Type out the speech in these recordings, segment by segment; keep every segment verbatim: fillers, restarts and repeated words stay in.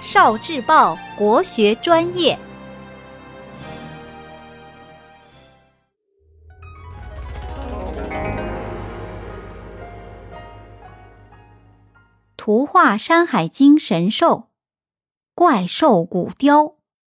少智报国学专业。图画《山海经》神兽，怪兽古雕。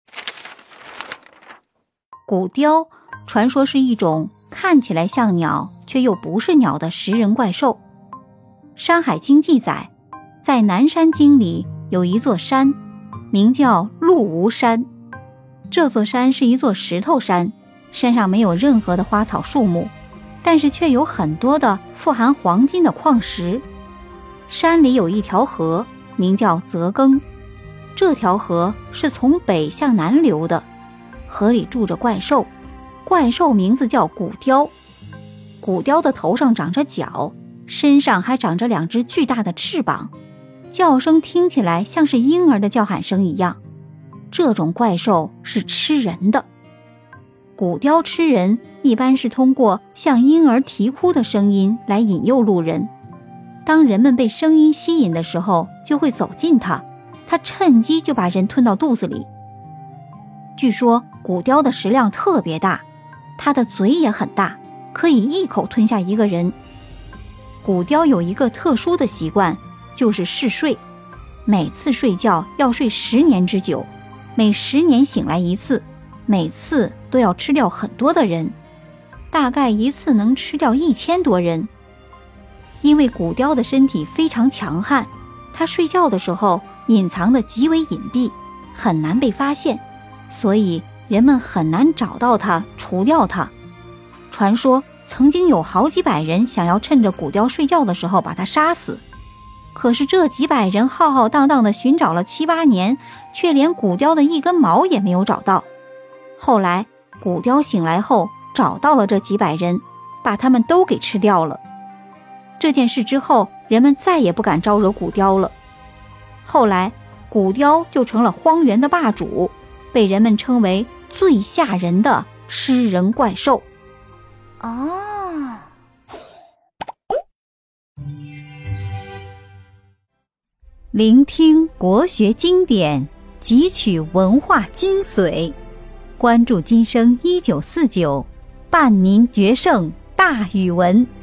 古雕传说是一种看起来像鸟却又不是鸟的食人怪兽。《山海经》记载，在南山经里有一座山，名叫鹿吴山。这座山是一座石头山，山上没有任何的花草树木，但是却有很多的富含黄金的矿石。山里有一条河，名叫泽庚，这条河是从北向南流的，河里住着怪兽，怪兽名字叫古雕。古雕的头上长着角，身上还长着两只巨大的翅膀，叫声听起来像是婴儿的叫喊声一样。这种怪兽是吃人的。古雕吃人一般是通过像婴儿啼哭的声音来引诱路人，当人们被声音吸引的时候，就会走近它，它趁机就把人吞到肚子里。据说古雕的食量特别大，它的嘴也很大，可以一口吞下一个人。古雕有一个特殊的习惯，就是嗜睡，每次睡觉要睡十年之久，每十年醒来一次，每次都要吃掉很多的人，大概一次能吃掉一千多人。因为古雕的身体非常强悍，它睡觉的时候隐藏得极为隐蔽，很难被发现，所以人们很难找到它，除掉它。传说曾经有好几百人想要趁着古雕睡觉的时候把它杀死，可是这几百人浩浩荡荡地寻找了七八年，却连古雕的一根毛也没有找到。后来古雕醒来后找到了这几百人，把他们都给吃掉了。这件事之后，人们再也不敢招惹古雕了。后来古雕就成了荒原的霸主，被人们称为最吓人的吃人怪兽。 哦， 聆听国学经典，汲取文化精髓，关注今生一九四九，伴您决胜大语文。